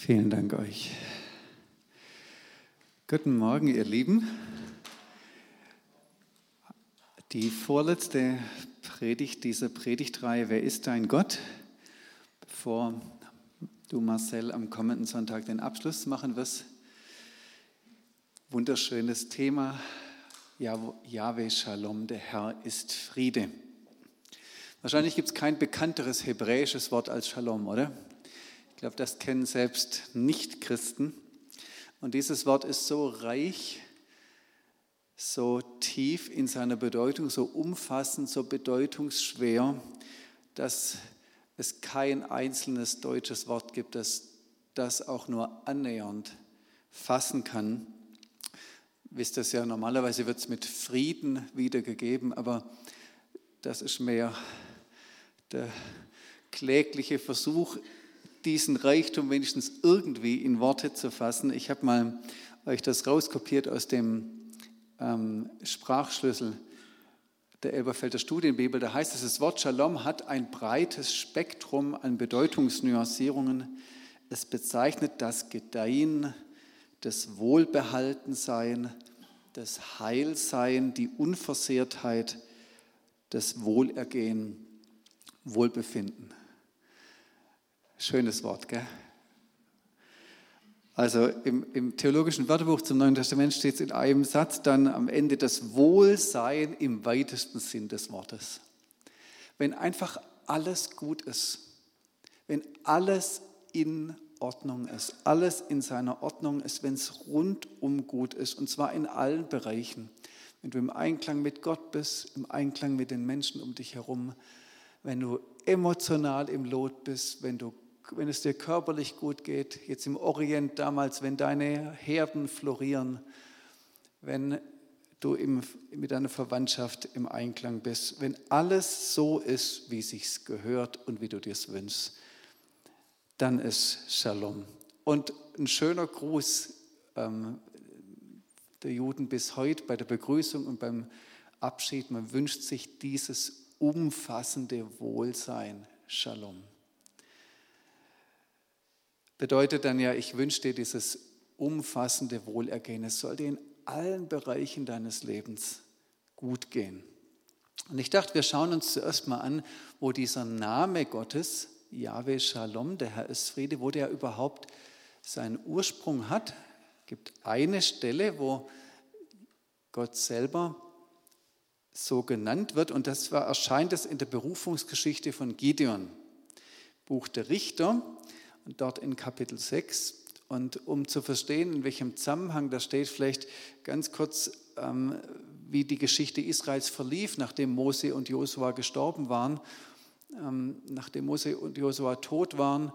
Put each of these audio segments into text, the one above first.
Vielen Dank euch. Guten Morgen, ihr Lieben. Die vorletzte Predigt dieser Predigtreihe, Wer ist dein Gott? Bevor du, Marcel, am kommenden Sonntag den Abschluss machen wirst. Wunderschönes Thema, Jahwe Shalom, der Herr ist Friede. Wahrscheinlich gibt es kein bekannteres hebräisches Wort als Shalom, oder? Ich glaube, das kennen selbst Nichtchristen. Und dieses Wort ist so reich, so tief in seiner Bedeutung, so umfassend, so bedeutungsschwer, dass es kein einzelnes deutsches Wort gibt, das das auch nur annähernd fassen kann. Wisst ihr es ja, normalerweise wird es mit Frieden wiedergegeben, aber das ist mehr der klägliche Versuch, diesen Reichtum wenigstens irgendwie in Worte zu fassen. Ich habe mal euch das rauskopiert aus dem Sprachschlüssel der Elberfelder Studienbibel. Da heißt es, das Wort Shalom hat ein breites Spektrum an Bedeutungsnuancierungen. Es bezeichnet das Gedeihen, das Wohlbehaltensein, das Heilsein, die Unversehrtheit, das Wohlergehen, Wohlbefinden. Schönes Wort, gell? Also im theologischen Wörterbuch zum Neuen Testament steht es in einem Satz dann am Ende das Wohlsein im weitesten Sinn des Wortes. Wenn einfach alles gut ist, wenn alles in Ordnung ist, alles in seiner Ordnung ist, wenn es rundum gut ist, und zwar in allen Bereichen. Wenn du im Einklang mit Gott bist, im Einklang mit den Menschen um dich herum, wenn du emotional im Lot bist, wenn es dir körperlich gut geht, jetzt im Orient damals, wenn deine Herden florieren, wenn du mit deiner Verwandtschaft im Einklang bist, wenn alles so ist, wie es sich gehört und wie du dir es wünschst, dann ist Shalom. Und ein schöner Gruß der Juden bis heute bei der Begrüßung und beim Abschied, man wünscht sich dieses umfassende Wohlsein, Shalom. Bedeutet dann ja, ich wünsche dir dieses umfassende Wohlergehen. Es soll dir in allen Bereichen deines Lebens gut gehen. Und ich dachte, wir schauen uns zuerst mal an, wo dieser Name Gottes, Jahwe Shalom, der Herr ist Friede, wo der überhaupt seinen Ursprung hat. Es gibt eine Stelle, wo Gott selber so genannt wird, und das erscheint es in der Berufungsgeschichte von Gideon, Buch der Richter, und dort in Kapitel 6. Und um zu verstehen, in welchem Zusammenhang das steht, vielleicht ganz kurz, wie die Geschichte Israels verlief, nachdem Mose und Josua gestorben waren. Nachdem Mose und Josua tot waren,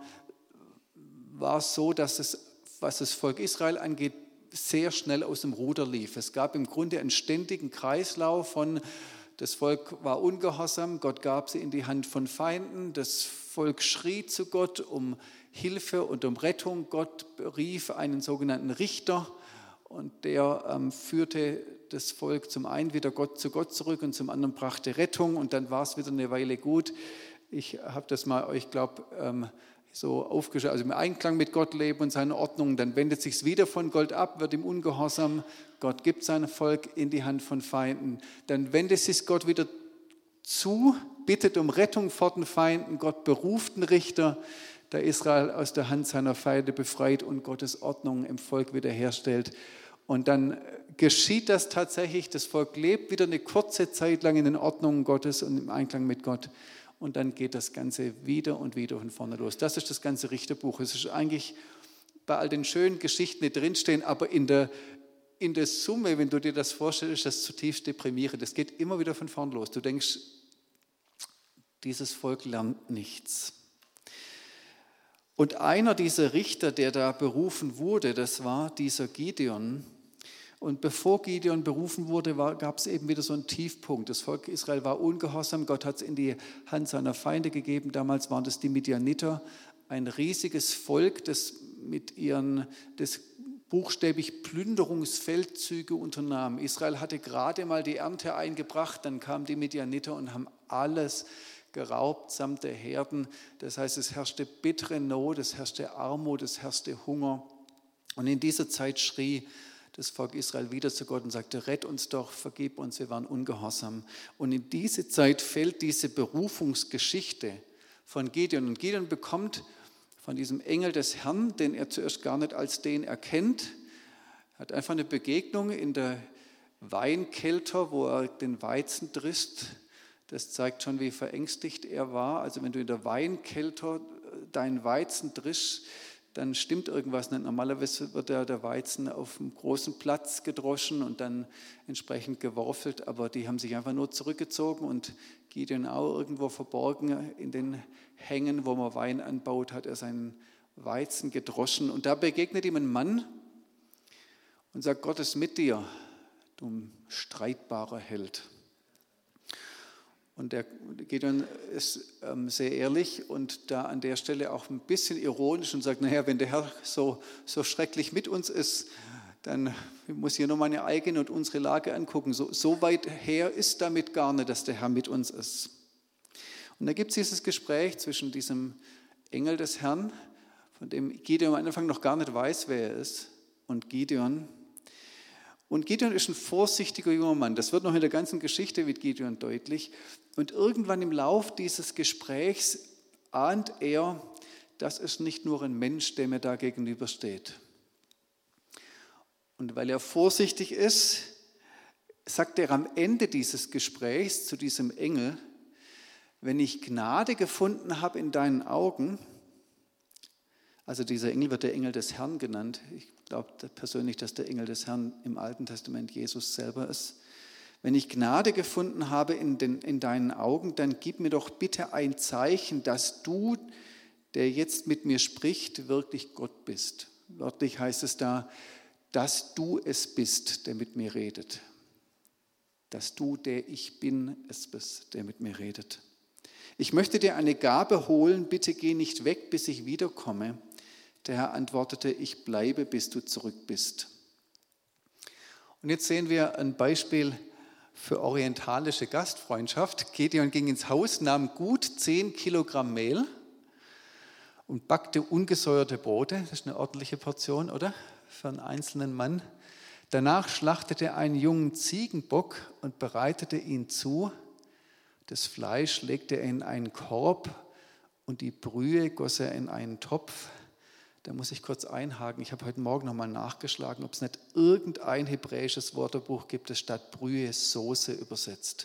war es so, dass es, was das Volk Israel angeht, sehr schnell aus dem Ruder lief. Es gab im Grunde einen ständigen Kreislauf von, das Volk war ungehorsam, Gott gab sie in die Hand von Feinden, das Volk schrie zu Gott um Hilfe und um Rettung. Gott rief einen sogenannten Richter und der führte das Volk zum einen wieder zu Gott zurück und zum anderen brachte Rettung, und dann war es wieder eine Weile gut. Ich habe das mal, ich glaube, so aufgeschrieben, also im Einklang mit Gott leben und seine Ordnung, dann wendet sich es wieder von Gott ab, wird im Ungehorsam, Gott gibt sein Volk in die Hand von Feinden, dann wendet sich Gott wieder zu, bittet um Rettung vor den Feinden, Gott beruft einen Richter, der Israel aus der Hand seiner Feinde befreit und Gottes Ordnung im Volk wiederherstellt. Und dann geschieht das tatsächlich, das Volk lebt wieder eine kurze Zeit lang in den Ordnungen Gottes und im Einklang mit Gott. Und dann geht das Ganze wieder und wieder von vorne los. Das ist das ganze Richterbuch. Es ist eigentlich bei all den schönen Geschichten, die drinstehen, aber in der Summe, wenn du dir das vorstellst, ist das zutiefst deprimierend. Es geht immer wieder von vorne los. Du denkst, dieses Volk lernt nichts. Und einer dieser Richter, der da berufen wurde, das war dieser Gideon. Und bevor Gideon berufen wurde, gab es eben wieder so einen Tiefpunkt. Das Volk Israel war ungehorsam, Gott hat es in die Hand seiner Feinde gegeben. Damals waren das die Midianiter, ein riesiges Volk, das buchstäblich Plünderungsfeldzüge unternahm. Israel hatte gerade mal die Ernte eingebracht, dann kamen die Midianiter und haben alles geraubt samt der Herden. Das heißt, es herrschte bittere Not, es herrschte Armut, es herrschte Hunger. Und in dieser Zeit schrie das Volk Israel wieder zu Gott und sagte, rett uns doch, vergib uns, wir waren ungehorsam. Und in diese Zeit fällt diese Berufungsgeschichte von Gideon. Und Gideon bekommt von diesem Engel des Herrn, den er zuerst gar nicht als den erkennt, hat einfach eine Begegnung in der Weinkelter, wo er den Weizen drisst. Das zeigt schon, wie verängstigt er war. Also wenn du in der Weinkelter deinen Weizen drischst, dann stimmt irgendwas nicht. Normalerweise wird der Weizen auf einem großen Platz gedroschen und dann entsprechend geworfelt, aber die haben sich einfach nur zurückgezogen und Gideon auch irgendwo verborgen in den Hängen, wo man Wein anbaut, hat er seinen Weizen gedroschen. Und da begegnet ihm ein Mann und sagt, Gott ist mit dir, du streitbarer Held. Und der Gideon ist sehr ehrlich und da an der Stelle auch ein bisschen ironisch und sagt, naja, wenn der Herr so schrecklich mit uns ist, dann muss ich hier nur meine eigene und unsere Lage angucken. So weit her ist damit gar nicht, dass der Herr mit uns ist. Und da gibt es dieses Gespräch zwischen diesem Engel des Herrn, von dem Gideon am Anfang noch gar nicht weiß, wer er ist, und Gideon. Und Gideon ist ein vorsichtiger junger Mann. Das wird noch in der ganzen Geschichte mit Gideon deutlich. Und irgendwann im Lauf dieses Gesprächs ahnt er, das ist nicht nur ein Mensch, der mir da gegenübersteht. Und weil er vorsichtig ist, sagt er am Ende dieses Gesprächs zu diesem Engel, wenn ich Gnade gefunden habe in deinen Augen, also dieser Engel wird der Engel des Herrn genannt. Ich glaube persönlich, dass der Engel des Herrn im Alten Testament Jesus selber ist. Wenn ich Gnade gefunden habe in deinen Augen, dann gib mir doch bitte ein Zeichen, dass du, der jetzt mit mir spricht, wirklich Gott bist. Wörtlich heißt es da, dass du es bist, der mit mir redet. Dass du, der ich bin, es bist, der mit mir redet. Ich möchte dir eine Gabe holen, bitte geh nicht weg, bis ich wiederkomme. Der Herr antwortete, ich bleibe, bis du zurück bist. Und jetzt sehen wir ein Beispiel für orientalische Gastfreundschaft. Gideon ging ins Haus, nahm gut 10 Kilogramm Mehl und backte ungesäuerte Brote. Das ist eine ordentliche Portion, oder? Für einen einzelnen Mann. Danach schlachtete er einen jungen Ziegenbock und bereitete ihn zu. Das Fleisch legte er in einen Korb und die Brühe goss er in einen Topf. Da muss ich kurz einhaken. Ich habe heute Morgen nochmal nachgeschlagen, ob es nicht irgendein hebräisches Wörterbuch gibt, das statt Brühe Soße übersetzt.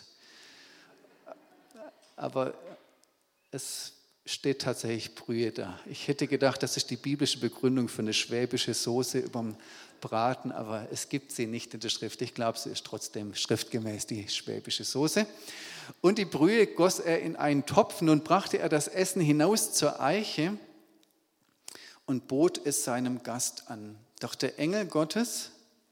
Aber es steht tatsächlich Brühe da. Ich hätte gedacht, das ist die biblische Begründung für eine schwäbische Soße überm Braten, aber es gibt sie nicht in der Schrift. Ich glaube, sie ist trotzdem schriftgemäß die schwäbische Soße. Und die Brühe goss er in einen Topf. Nun brachte er das Essen hinaus zur Eiche und bot es seinem Gast an. Doch der Engel Gottes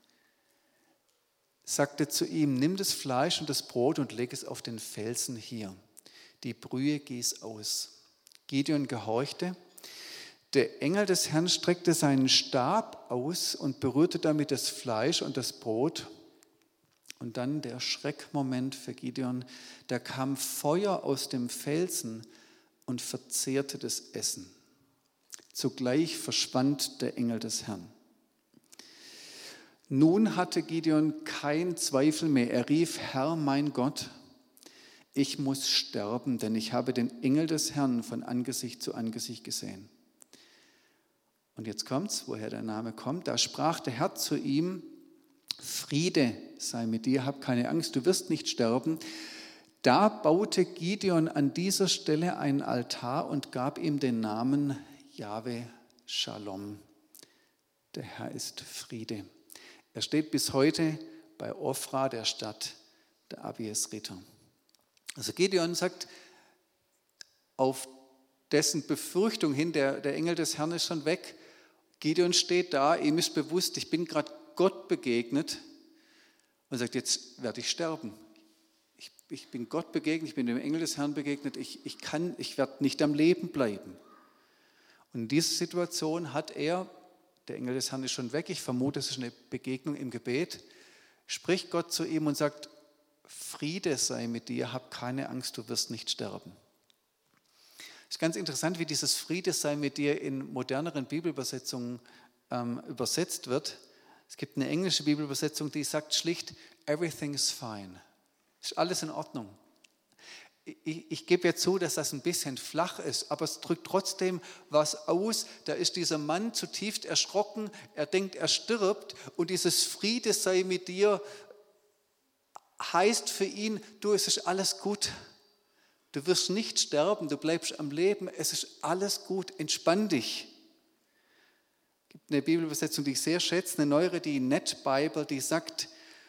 sagte zu ihm, nimm das Fleisch und das Brot und leg es auf den Felsen hier. Die Brühe gieß aus. Gideon gehorchte. Der Engel des Herrn streckte seinen Stab aus und berührte damit das Fleisch und das Brot. Und dann der Schreckmoment für Gideon, da kam Feuer aus dem Felsen und verzehrte das Essen. Zugleich verschwand der Engel des Herrn. Nun hatte Gideon keinen Zweifel mehr. Er rief, Herr, mein Gott, ich muss sterben, denn ich habe den Engel des Herrn von Angesicht zu Angesicht gesehen. Und jetzt kommt's, woher der Name kommt. Da sprach der Herr zu ihm, Friede sei mit dir, hab keine Angst, du wirst nicht sterben. Da baute Gideon an dieser Stelle einen Altar und gab ihm den Namen Jahwe Shalom. Der Herr ist Friede. Er steht bis heute bei Ofra, der Stadt der Abiesriter. Also Gideon sagt, auf dessen Befürchtung hin, der Engel des Herrn ist schon weg. Gideon steht da, ihm ist bewusst, ich bin gerade Gott begegnet und sagt, jetzt werde ich sterben. Ich bin Gott begegnet, ich bin dem Engel des Herrn begegnet, ich werde nicht am Leben bleiben. Und in dieser Situation hat er, der Engel des Herrn ist schon weg, ich vermute, es ist eine Begegnung im Gebet, spricht Gott zu ihm und sagt, Friede sei mit dir, hab keine Angst, du wirst nicht sterben. Es ist ganz interessant, wie dieses Friede sei mit dir in moderneren Bibelübersetzungen übersetzt wird. Es gibt eine englische Bibelübersetzung, die sagt schlicht, everything is fine. Ist alles in Ordnung. Ich gebe ja zu, dass das ein bisschen flach ist, aber es drückt trotzdem was aus. Da ist dieser Mann zutiefst erschrocken, er denkt, er stirbt und dieses Friede sei mit dir heißt für ihn, du, es ist alles gut. Du wirst nicht sterben, du bleibst am Leben, es ist alles gut, entspann dich. Es gibt eine Bibelübersetzung, die ich sehr schätze, eine neuere, die Net Bible, die sagt,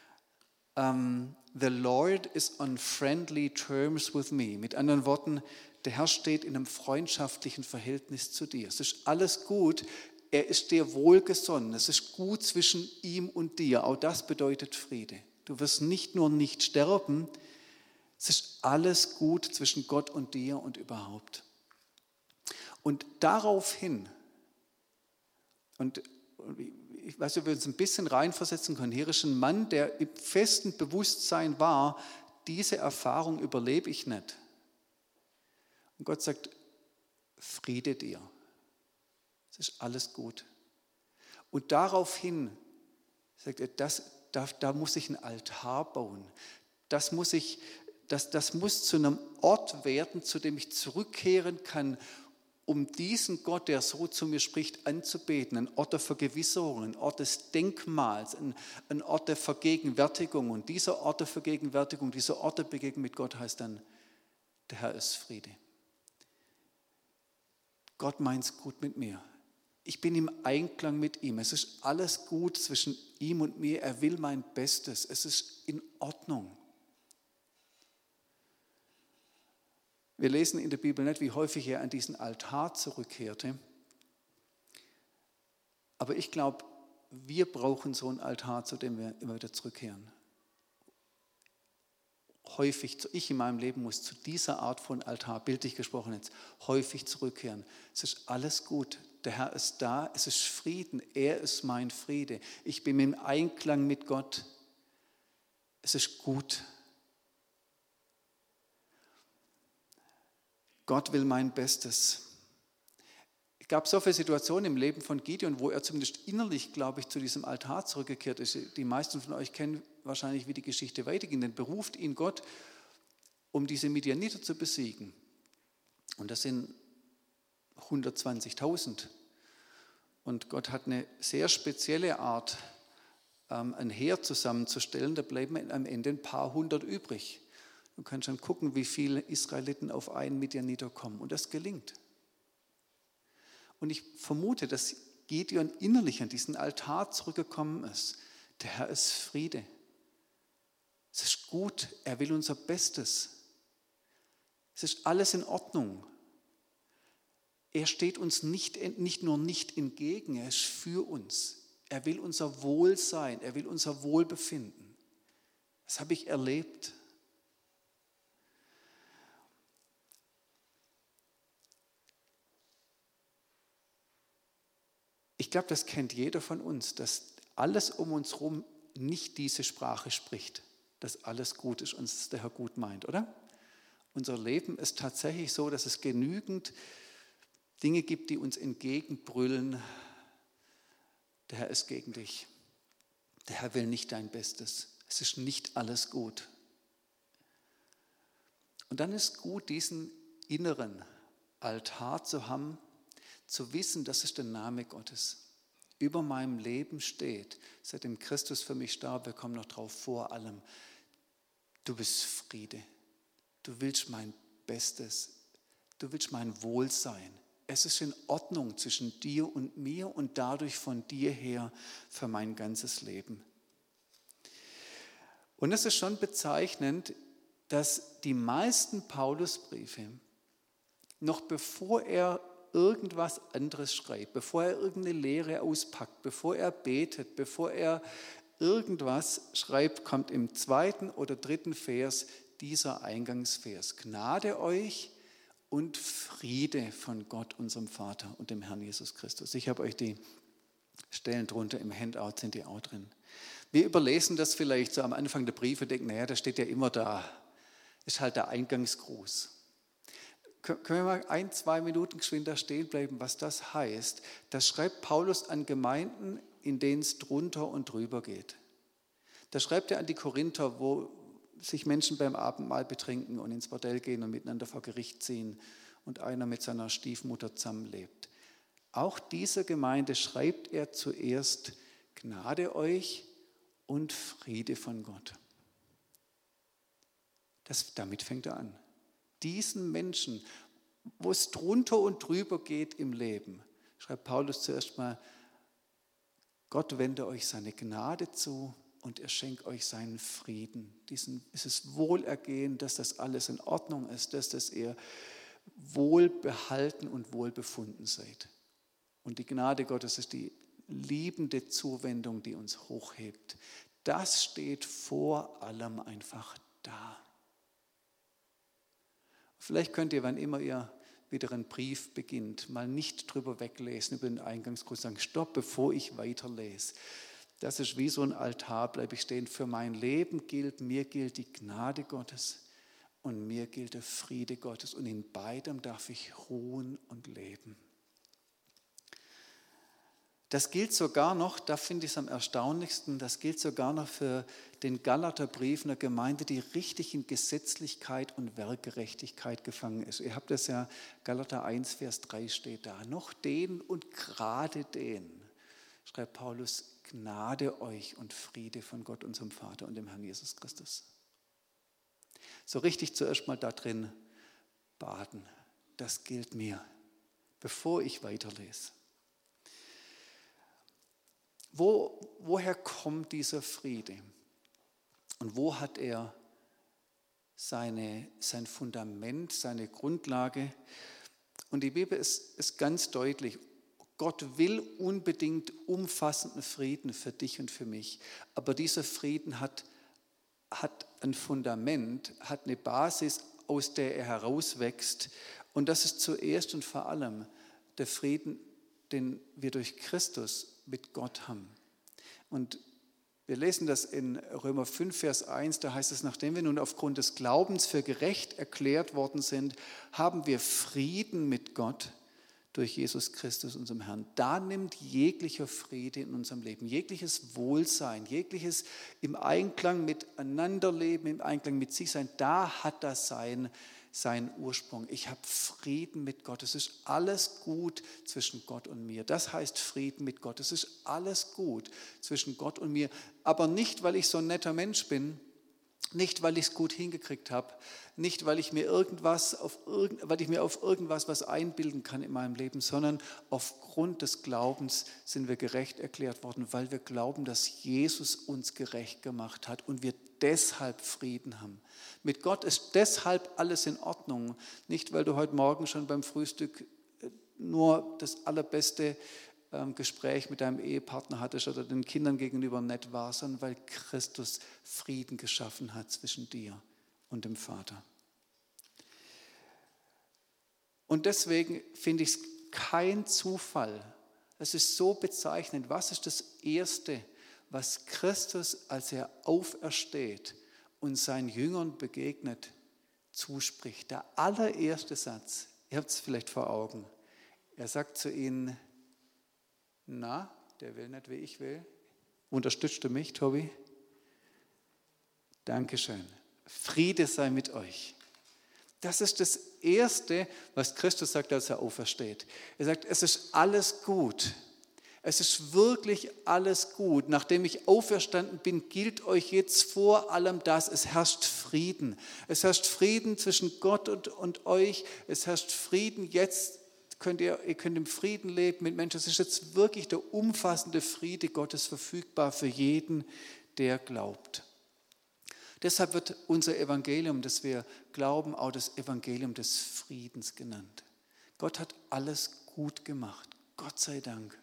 The Lord is on friendly terms with me. Mit anderen Worten, der Herr steht in einem freundschaftlichen Verhältnis zu dir. Es ist alles gut, er ist dir wohlgesonnen, es ist gut zwischen ihm und dir. Auch das bedeutet Friede. Du wirst nicht nur nicht sterben, es ist alles gut zwischen Gott und dir und überhaupt. Und daraufhin, und ich weiß nicht, ob wir uns ein bisschen reinversetzen können, hier ist ein Mann, der im festen Bewusstsein war, diese Erfahrung überlebe ich nicht. Und Gott sagt, Friede dir. Es ist alles gut. Und daraufhin sagt er, da muss ich einen Altar bauen. Das muss zu einem Ort werden, zu dem ich zurückkehren kann, um diesen Gott, der so zu mir spricht, anzubeten. Ein Ort der Vergewisserung, ein Ort des Denkmals, ein Ort der Vergegenwärtigung. Und dieser Ort der Vergegenwärtigung, dieser Ort der Begegnung mit Gott heißt dann, der Herr ist Friede. Gott meint es gut mit mir. Ich bin im Einklang mit ihm. Es ist alles gut zwischen ihm und mir. Er will mein Bestes. Es ist in Ordnung. Wir lesen in der Bibel nicht, wie häufig er an diesen Altar zurückkehrte. Aber ich glaube, wir brauchen so einen Altar, zu dem wir immer wieder zurückkehren. Häufig, ich in meinem Leben muss zu dieser Art von Altar, bildlich gesprochen jetzt, häufig zurückkehren. Es ist alles gut. Der Herr ist da, es ist Frieden. Er ist mein Friede. Ich bin im Einklang mit Gott. Es ist gut. Gott will mein Bestes. Es gab so viele Situationen im Leben von Gideon, wo er zumindest innerlich, glaube ich, zu diesem Altar zurückgekehrt ist. Die meisten von euch kennen wahrscheinlich, wie die Geschichte weiterging. Dann beruft ihn Gott, um diese Midianiter zu besiegen. Und das sind 120.000. Und Gott hat eine sehr spezielle Art, ein Heer zusammenzustellen. Da bleiben am Ende ein paar hundert übrig. Du kannst schon gucken, wie viele Israeliten auf einen Midianiter kommen. Und das gelingt. Und ich vermute, dass Gideon innerlich an diesen Altar zurückgekommen ist. Der Herr ist Friede. Es ist gut. Er will unser Bestes. Es ist alles in Ordnung. Er steht uns nicht nur nicht entgegen, er ist für uns. Er will unser Wohlsein, er will unser Wohlbefinden. Das habe ich erlebt. Ich glaube, das kennt jeder von uns, dass alles um uns herum nicht diese Sprache spricht, dass alles gut ist und es der Herr gut meint, oder? Unser Leben ist tatsächlich so, dass es genügend Dinge gibt, die uns entgegenbrüllen. Der Herr ist gegen dich. Der Herr will nicht dein Bestes. Es ist nicht alles gut. Und dann ist gut, diesen inneren Altar zu haben, zu wissen, das ist der Name Gottes. Über meinem Leben steht, seitdem Christus für mich starb, wir kommen noch drauf, vor allem, du bist Friede. Du willst mein Bestes. Du willst mein Wohlsein. Es ist in Ordnung zwischen dir und mir und dadurch von dir her für mein ganzes Leben. Und es ist schon bezeichnend, dass die meisten Paulusbriefe, noch bevor er irgendwas anderes schreibt, bevor er irgendeine Lehre auspackt, bevor er betet, bevor er irgendwas schreibt, kommt im 2. oder 3. Vers dieser Eingangsvers. Gnade euch und Friede von Gott, unserem Vater und dem Herrn Jesus Christus. Ich habe euch die Stellen drunter im Handout, sind die auch drin. Wir überlesen das vielleicht so am Anfang der Briefe, denken, naja, das steht ja immer da. Ist halt der Eingangsgruß. Können wir mal 1-2 Minuten geschwind da stehen bleiben, was das heißt? Das schreibt Paulus an Gemeinden, in denen es drunter und drüber geht. Da schreibt er an die Korinther, wo sich Menschen beim Abendmahl betrinken und ins Bordell gehen und miteinander vor Gericht ziehen und einer mit seiner Stiefmutter zusammenlebt. Auch dieser Gemeinde schreibt er zuerst: Gnade euch und Friede von Gott. Damit fängt er an. Diesen Menschen, wo es drunter und drüber geht im Leben, schreibt Paulus zuerst mal: Gott wende euch seine Gnade zu und er schenkt euch seinen Frieden. Dieses Wohlergehen, dass das alles in Ordnung ist, dass ihr wohlbehalten und wohlbefunden seid. Und die Gnade Gottes ist die liebende Zuwendung, die uns hochhebt. Das steht vor allem einfach da. Vielleicht könnt ihr, wann immer ihr wieder einen Brief beginnt, mal nicht drüber weglesen, über den Eingangsgruß sagen: Stopp, bevor ich weiterlese. Das ist wie so ein Altar, bleibe ich stehen. Für mein Leben mir gilt die Gnade Gottes und mir gilt der Friede Gottes. Und in beidem darf ich ruhen und leben. Das gilt sogar noch, da finde ich es am erstaunlichsten, das gilt sogar noch für den Galaterbrief einer Gemeinde, die richtig in Gesetzlichkeit und Werkgerechtigkeit gefangen ist. Ihr habt das ja, Galater 1, Vers 3 steht da. Noch den und gerade den, schreibt Paulus, Gnade euch und Friede von Gott, unserem Vater und dem Herrn Jesus Christus. So richtig zuerst mal da drin baden, das gilt mir, bevor ich weiterlese. Woher kommt dieser Friede? Und wo hat er sein Fundament, seine Grundlage? Und die Bibel ist ganz deutlich. Gott will unbedingt umfassenden Frieden für dich und für mich. Aber dieser Frieden hat ein Fundament, hat eine Basis, aus der er herauswächst. Und das ist zuerst und vor allem der Frieden, den wir durch Christus mit Gott haben. Und wir lesen das in Römer 5, Vers 1, da heißt es: Nachdem wir nun aufgrund des Glaubens für gerecht erklärt worden sind, haben wir Frieden mit Gott durch Jesus Christus, unserem Herrn. Da nimmt jeglicher Friede in unserem Leben, jegliches Wohlsein, jegliches im Einklang miteinander leben, im Einklang mit sich sein, da hat das seinen Ursprung. Ich habe Frieden mit Gott. Es ist alles gut zwischen Gott und mir. Das heißt Frieden mit Gott. Es ist alles gut zwischen Gott und mir. Aber nicht, weil ich so ein netter Mensch bin, nicht, weil ich es gut hingekriegt habe, nicht, weil ich mir auf irgendwas was einbilden kann in meinem Leben, sondern aufgrund des Glaubens sind wir gerecht erklärt worden, weil wir glauben, dass Jesus uns gerecht gemacht hat und wir deshalb Frieden haben. Mit Gott ist deshalb alles in Ordnung, nicht weil du heute Morgen schon beim Frühstück nur das allerbeste Gespräch mit deinem Ehepartner hattest oder den Kindern gegenüber nett war, sondern weil Christus Frieden geschaffen hat zwischen dir und dem Vater. Und deswegen finde ich es kein Zufall. Es ist so bezeichnend. Was ist das Erste, was Christus, als er aufersteht und seinen Jüngern begegnet, zuspricht? Der allererste Satz, ihr habt es vielleicht vor Augen. Er sagt zu ihnen: Na, der will nicht, wie ich will. Unterstützt du mich, Tobi? Dankeschön. Friede sei mit euch. Das ist das Erste, was Christus sagt, als er aufersteht. Er sagt, es ist alles gut. Es ist wirklich alles gut. Nachdem ich auferstanden bin, gilt euch jetzt vor allem das. Es herrscht Frieden. Es herrscht Frieden zwischen Gott und euch. Es herrscht Frieden jetzt. Ihr könnt im Frieden leben mit Menschen. Es ist jetzt wirklich der umfassende Friede Gottes verfügbar für jeden, der glaubt. Deshalb wird unser Evangelium, das wir glauben, auch das Evangelium des Friedens genannt. Gott hat alles gut gemacht. Gott sei Dank.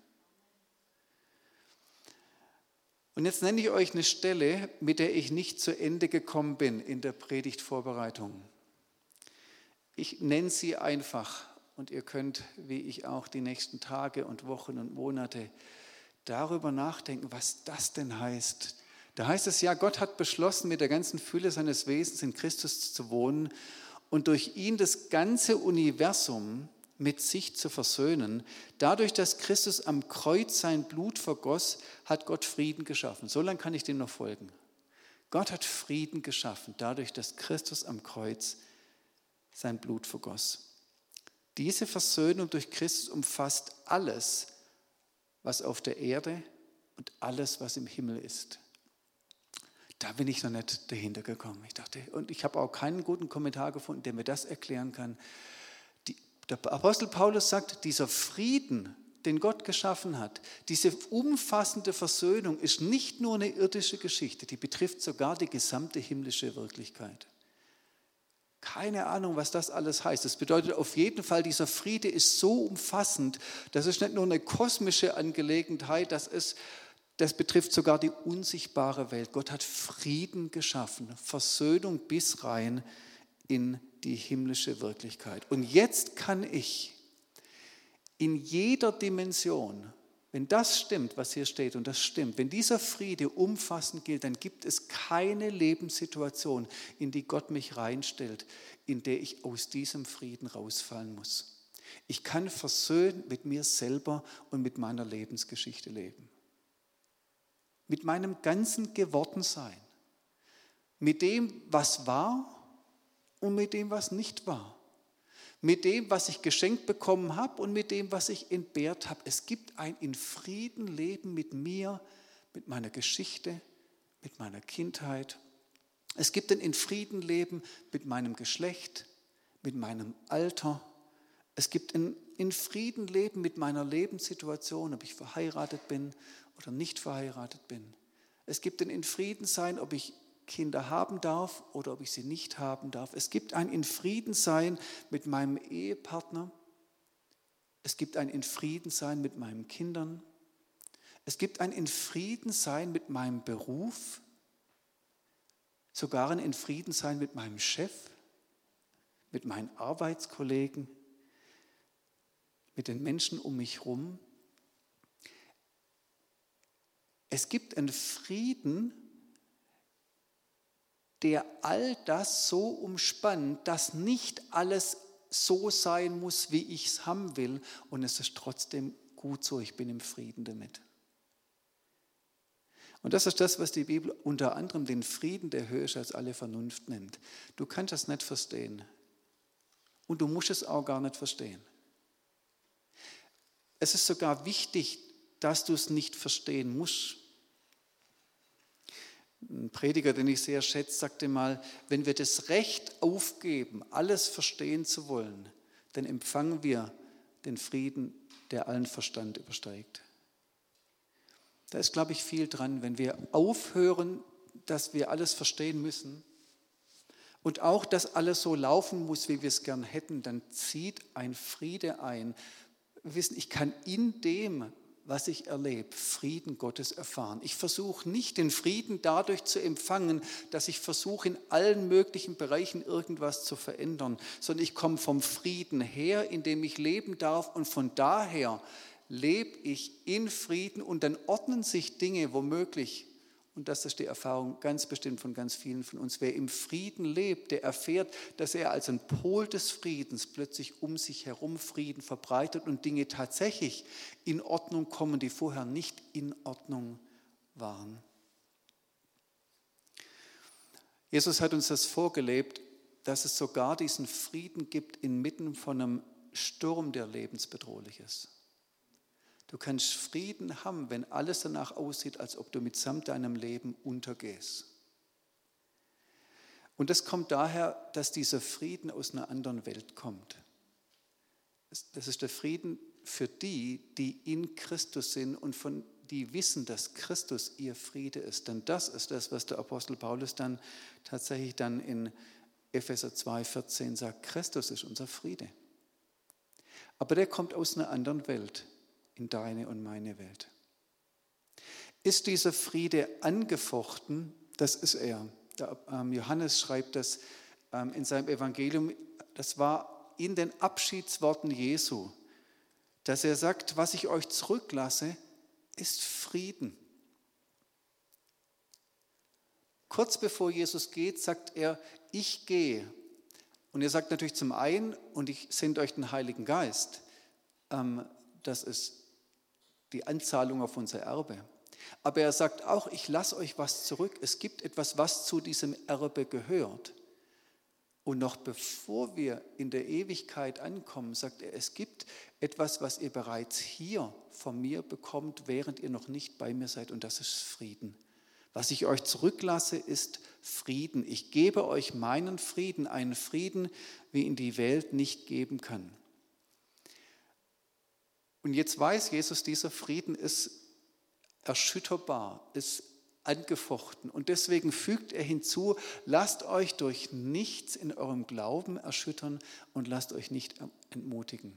Und jetzt nenne ich euch eine Stelle, mit der ich nicht zu Ende gekommen bin in der Predigtvorbereitung. Ich nenne sie einfach. Und ihr könnt, wie ich auch, die nächsten Tage und Wochen und Monate darüber nachdenken, was das denn heißt. Da heißt es ja, Gott hat beschlossen, mit der ganzen Fülle seines Wesens in Christus zu wohnen und durch ihn das ganze Universum mit sich zu versöhnen. Dadurch, dass Christus am Kreuz sein Blut vergoss, hat Gott Frieden geschaffen. So lange kann ich dem noch folgen. Gott hat Frieden geschaffen, dadurch, dass Christus am Kreuz sein Blut vergoss. Diese Versöhnung durch Christus umfasst alles, was auf der Erde und alles, was im Himmel ist. Da bin ich noch nicht dahinter gekommen. Ich habe auch keinen guten Kommentar gefunden, der mir das erklären kann. Der Apostel Paulus sagt, dieser Frieden, den Gott geschaffen hat, diese umfassende Versöhnung ist nicht nur eine irdische Geschichte, die betrifft sogar die gesamte himmlische Wirklichkeit. Keine Ahnung, was das alles heißt. Das bedeutet auf jeden Fall, dieser Friede ist so umfassend, das ist nicht nur eine kosmische Angelegenheit, das betrifft sogar die unsichtbare Welt. Gott hat Frieden geschaffen, Versöhnung bis rein in die himmlische Wirklichkeit. Und jetzt kann ich in jeder Dimension, wenn das stimmt, was hier steht, und das stimmt, wenn dieser Friede umfassend gilt, dann gibt es keine Lebenssituation, in die Gott mich reinstellt, in der ich aus diesem Frieden rausfallen muss. Ich kann versöhnt mit mir selber und mit meiner Lebensgeschichte leben. Mit meinem ganzen Gewordensein. Mit dem, was war und mit dem, was nicht war. Mit dem, was ich geschenkt bekommen habe und mit dem, was ich entbehrt habe. Es gibt ein in Frieden Leben mit mir, mit meiner Geschichte, mit meiner Kindheit. Es gibt ein in Frieden Leben mit meinem Geschlecht, mit meinem Alter. Es gibt ein in Frieden Leben mit meiner Lebenssituation, ob ich verheiratet bin oder nicht verheiratet bin. Es gibt ein in Frieden sein, ob ich Kinder haben darf oder ob ich sie nicht haben darf. Es gibt ein in Frieden sein mit meinem Ehepartner. Es gibt ein in Frieden sein mit meinen Kindern. Es gibt ein in Frieden sein mit meinem Beruf. Sogar ein in Frieden sein mit meinem Chef, mit meinen Arbeitskollegen, mit den Menschen um mich herum. Es gibt einen Frieden, der all das so umspannt, dass nicht alles so sein muss, wie ich es haben will. Und es ist trotzdem gut so, ich bin im Frieden damit. Und das ist das, was die Bibel unter anderem den Frieden, der höher ist als alle Vernunft nennt. Du kannst das nicht verstehen. Und du musst es auch gar nicht verstehen. Es ist sogar wichtig, dass du es nicht verstehen musst. Ein Prediger, den ich sehr schätze, sagte mal, wenn wir das Recht aufgeben, alles verstehen zu wollen, dann empfangen wir den Frieden, der allen Verstand übersteigt. Da ist, glaube ich, viel dran, wenn wir aufhören, dass wir alles verstehen müssen und auch, dass alles so laufen muss, wie wir es gern hätten, dann zieht ein Friede ein. Wir wissen, ich kann in dem, was ich erlebe, Frieden Gottes erfahren. Ich versuche nicht, den Frieden dadurch zu empfangen, dass ich versuche, in allen möglichen Bereichen irgendwas zu verändern, sondern ich komme vom Frieden her, in dem ich leben darf, und von daher lebe ich in Frieden und dann ordnen sich Dinge womöglich. Und das ist die Erfahrung ganz bestimmt von ganz vielen von uns. Wer im Frieden lebt, der erfährt, dass er als ein Pol des Friedens plötzlich um sich herum Frieden verbreitet und Dinge tatsächlich in Ordnung kommen, die vorher nicht in Ordnung waren. Jesus hat uns das vorgelebt, dass es sogar diesen Frieden gibt inmitten von einem Sturm, der lebensbedrohlich ist. Du kannst Frieden haben, wenn alles danach aussieht, als ob du mitsamt deinem Leben untergehst. Und das kommt daher, dass dieser Frieden aus einer anderen Welt kommt. Das ist der Frieden für die, die in Christus sind und von die wissen, dass Christus ihr Friede ist. Denn das ist das, was der Apostel Paulus dann tatsächlich dann in Epheser 2,14 sagt. Christus ist unser Friede. Aber der kommt aus einer anderen Welt. In deine und meine Welt. Ist dieser Friede angefochten? Das ist er. Johannes schreibt das in seinem Evangelium. Das war in den Abschiedsworten Jesu, dass er sagt, was ich euch zurücklasse, ist Frieden. Kurz bevor Jesus geht, sagt er, ich gehe, Und er sagt natürlich zum einen, und ich sende euch den Heiligen Geist, das ist die Anzahlung auf unser Erbe. Aber er sagt auch, ich lasse euch was zurück. Es gibt etwas, was zu diesem Erbe gehört. Und noch bevor wir in der Ewigkeit ankommen, sagt er, es gibt etwas, was ihr bereits hier von mir bekommt, während ihr noch nicht bei mir seid, und das ist Frieden. Was ich euch zurücklasse, ist Frieden. Ich gebe euch meinen Frieden, einen Frieden, wie ihn die Welt nicht geben kann. Und jetzt weiß Jesus, dieser Frieden ist erschütterbar, ist angefochten. Und deswegen fügt er hinzu, lasst euch durch nichts in eurem Glauben erschüttern und lasst euch nicht entmutigen.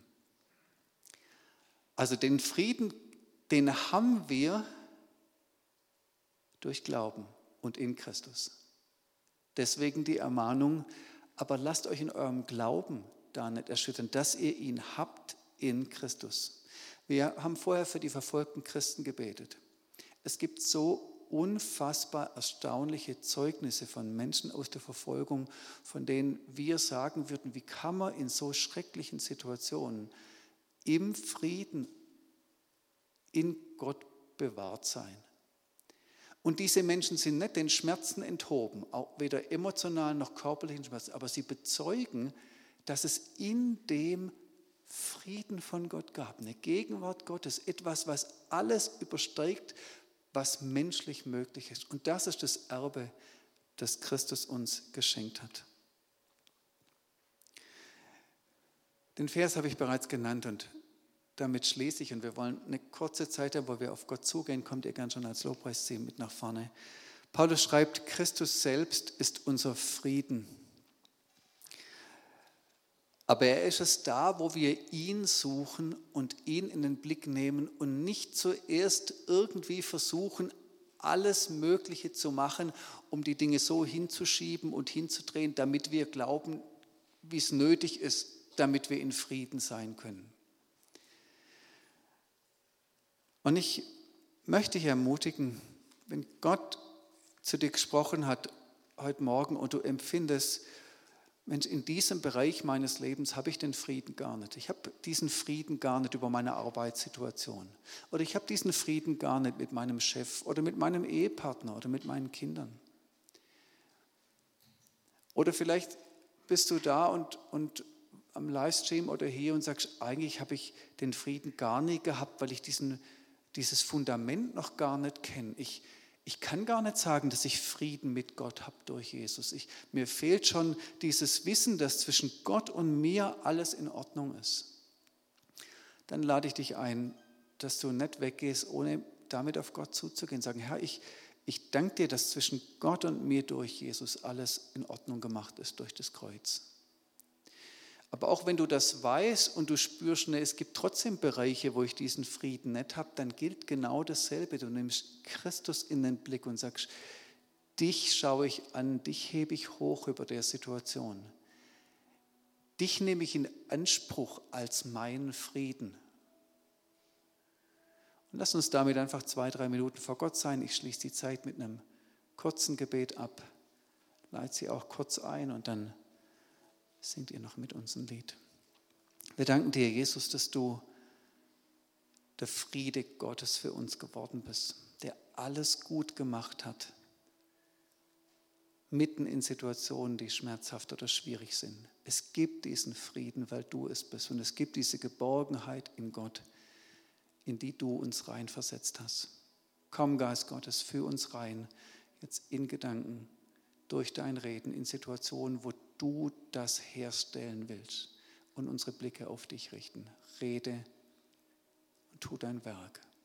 Also den Frieden, den haben wir durch Glauben und in Christus. Deswegen die Ermahnung, aber lasst euch in eurem Glauben da nicht erschüttern, dass ihr ihn habt in Christus. Wir haben vorher für die verfolgten Christen gebetet. Es gibt so unfassbar erstaunliche Zeugnisse von Menschen aus der Verfolgung, von denen wir sagen würden, wie kann man in so schrecklichen Situationen im Frieden in Gott bewahrt sein. Und diese Menschen sind nicht den Schmerzen enthoben, auch weder emotionalen noch körperlichen Schmerzen, aber sie bezeugen, dass es in dem Frieden von Gott gab, eine Gegenwart Gottes, etwas, was alles übersteigt, was menschlich möglich ist. Und das ist das Erbe, das Christus uns geschenkt hat. Den Vers habe ich bereits genannt und damit schließe ich. Und wir wollen eine kurze Zeit haben, wo wir auf Gott zugehen. Kommt ihr gern schon als Lobpreisteam mit nach vorne. Paulus schreibt, Christus selbst ist unser Frieden. Aber er ist es da, wo wir ihn suchen und ihn in den Blick nehmen und nicht zuerst irgendwie versuchen, alles Mögliche zu machen, um die Dinge so hinzuschieben und hinzudrehen, damit wir glauben, wie es nötig ist, damit wir in Frieden sein können. Und ich möchte dich ermutigen, wenn Gott zu dir gesprochen hat heute Morgen und du empfindest, Mensch, in diesem Bereich meines Lebens habe ich den Frieden gar nicht. Ich habe diesen Frieden gar nicht über meine Arbeitssituation. Oder ich habe diesen Frieden gar nicht mit meinem Chef oder mit meinem Ehepartner oder mit meinen Kindern. Oder vielleicht bist du da und am Livestream oder hier und sagst, eigentlich habe ich den Frieden gar nie gehabt, weil ich dieses Fundament noch gar nicht kenne. Ich kann gar nicht sagen, dass ich Frieden mit Gott habe durch Jesus. Mir fehlt schon dieses Wissen, dass zwischen Gott und mir alles in Ordnung ist. Dann lade ich dich ein, dass du nicht weggehst, ohne damit auf Gott zuzugehen. Sagen, Herr, ich danke dir, dass zwischen Gott und mir durch Jesus alles in Ordnung gemacht ist durch das Kreuz. Aber auch wenn du das weißt und du spürst, es gibt trotzdem Bereiche, wo ich diesen Frieden nicht habe, dann gilt genau dasselbe. Du nimmst Christus in den Blick und sagst, dich schaue ich an, dich hebe ich hoch über der Situation. Dich nehme ich in Anspruch als meinen Frieden. Und lass uns damit einfach 2-3 Minuten vor Gott sein. Ich schließe die Zeit mit einem kurzen Gebet ab, leite sie auch kurz ein und dann singt ihr noch mit uns ein Lied. Wir danken dir, Jesus, dass du der Friede Gottes für uns geworden bist, der alles gut gemacht hat, mitten in Situationen, die schmerzhaft oder schwierig sind. Es gibt diesen Frieden, weil du es bist, und es gibt diese Geborgenheit in Gott, in die du uns reinversetzt hast. Komm, Geist Gottes, führ uns rein, jetzt in Gedanken, durch dein Reden, in Situationen, wo du das herstellen willst und unsere Blicke auf dich richten. Rede und tu dein Werk.